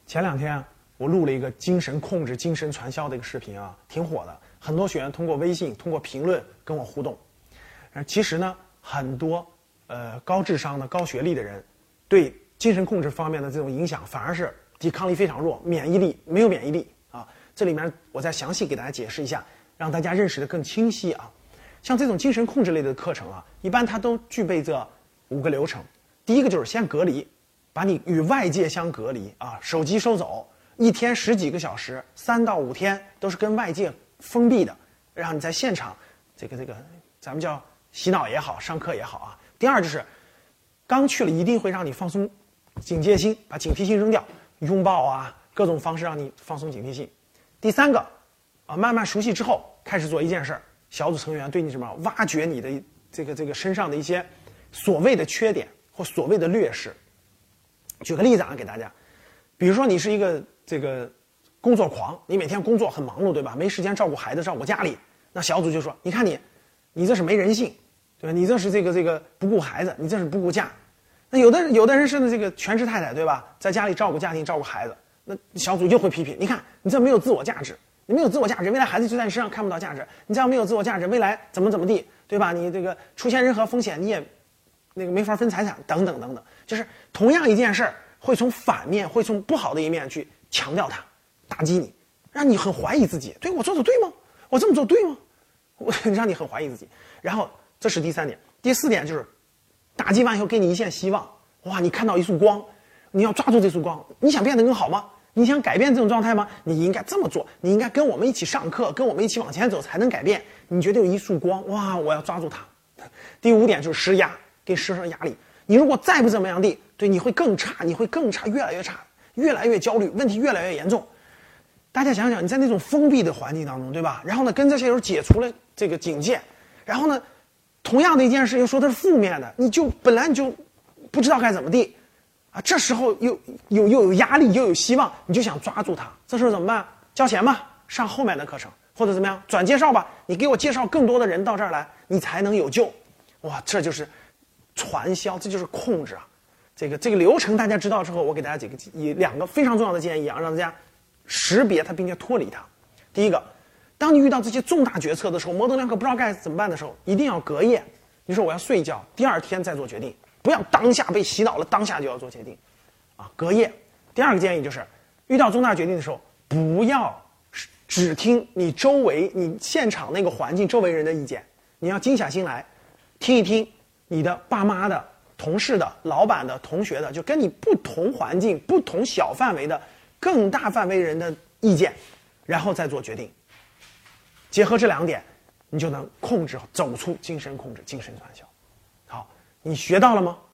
前2天我录了一个精神控制、精神传销的一个视频啊，挺火的。很多学员通过微信、通过评论跟我互动。其实呢，很多高智商的、高学历的人，对精神控制方面的这种影响，反而是抵抗力非常弱，免疫力没有免疫力啊。这里面我再详细给大家解释一下，让大家认识的更清晰啊。像这种精神控制类的课程啊，一般它都具备这5个流程。第一个就是先隔离，把你与外界相隔离啊，手机收走，1天10几个小时，3到5天都是跟外界封闭的，让你在现场这个咱们叫洗脑也好，上课也好啊。第二就是刚去了一定会让你放松警戒心，把警惕性扔掉，拥抱啊，各种方式让你放松警惕性。第3个啊，慢慢熟悉之后，开始做一件事儿，小组成员对你什么挖掘你的这个身上的一些所谓的缺点或所谓的劣势。举个例子啊，给大家，比如说你是一个这个工作狂，你每天工作很忙碌，对吧？没时间照顾孩子，照顾家里，那小组就说：你看你这是没人性，对吧？你这是这个不顾孩子，你这是不顾家。那有的人是呢这个全职太太，对吧？在家里照顾家庭，照顾孩子，那小组又会批评：你看你这没有自我价值，你没有自我价值，未来孩子就在你身上看不到价值，你这样没有自我价值，未来怎么地，对吧？你这个出现任何风险，你也没法分财产，等等等等。就是同样一件事儿，会从反面，会从不好的一面去强调它，打击你，让你很怀疑自己。对，我做的对吗？我这么做对吗？让你很怀疑自己。然后这是第3点。第4点就是打击完以后给你一线希望。哇，你看到一束光，你要抓住这束光。你想变得更好吗？你想改变这种状态吗？你应该这么做，你应该跟我们一起上课，跟我们一起往前走才能改变。你觉得有一束光，哇，我要抓住它。第5点就是施压，给施上压力。你如果再不怎么样地，对，你会更差，越来越差，越来越焦虑，问题越来越严重。大家想想，你在那种封闭的环境当中，对吧？然后呢，跟这些人解除了这个警戒，然后呢，同样的一件事又说它是负面的，本来你就不知道该怎么地啊，这时候又有压力，又有希望，你就想抓住它，这时候怎么办？交钱吧，上后面的课程，或者怎么样，转介绍吧，你给我介绍更多的人到这儿来，你才能有救。哇，这就是传销，这就是控制啊！这个流程大家知道之后，我给大家2个非常重要的建议啊，让大家识别它并且脱离它。第一个，当你遇到这些重大决策的时候，模棱两可不知道该怎么办的时候，一定要隔夜。你说我要睡一觉，第2天再做决定，不要当下被洗脑了，当下就要做决定，啊，隔夜。第2个建议就是，遇到重大决定的时候，不要只听你周围、你现场那个环境周围人的意见，你要静下心来，听一听你的爸妈的、同事的、老板的、同学的，就跟你不同环境、不同小范围的、更大范围人的意见，然后再做决定。结合这2点，你就能走出精神控制、精神传销。好，你学到了吗？